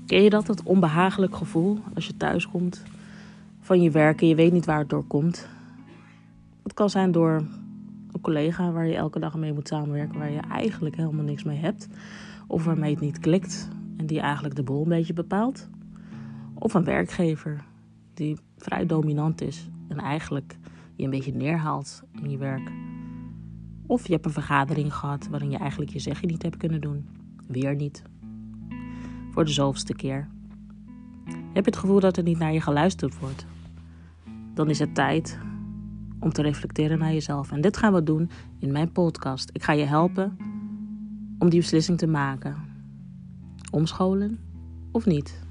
Ken je dat onbehagelijk gevoel als je thuis komt van je werk en je weet niet waar het door komt? Het kan zijn door een collega waar je elke dag mee moet samenwerken, waar je eigenlijk helemaal niks mee hebt. Of waarmee het niet klikt en die eigenlijk de boel een beetje bepaalt. Of een werkgever die vrij dominant is en eigenlijk je een beetje neerhaalt in je werk. Of je hebt een vergadering gehad waarin je eigenlijk je zegje niet hebt kunnen doen. Weer niet. Voor de zoveelste keer. Heb je het gevoel dat er niet naar je geluisterd wordt? Dan is het tijd om te reflecteren naar jezelf. En dit gaan we doen in mijn podcast. Ik ga je helpen om die beslissing te maken. Omscholen of niet?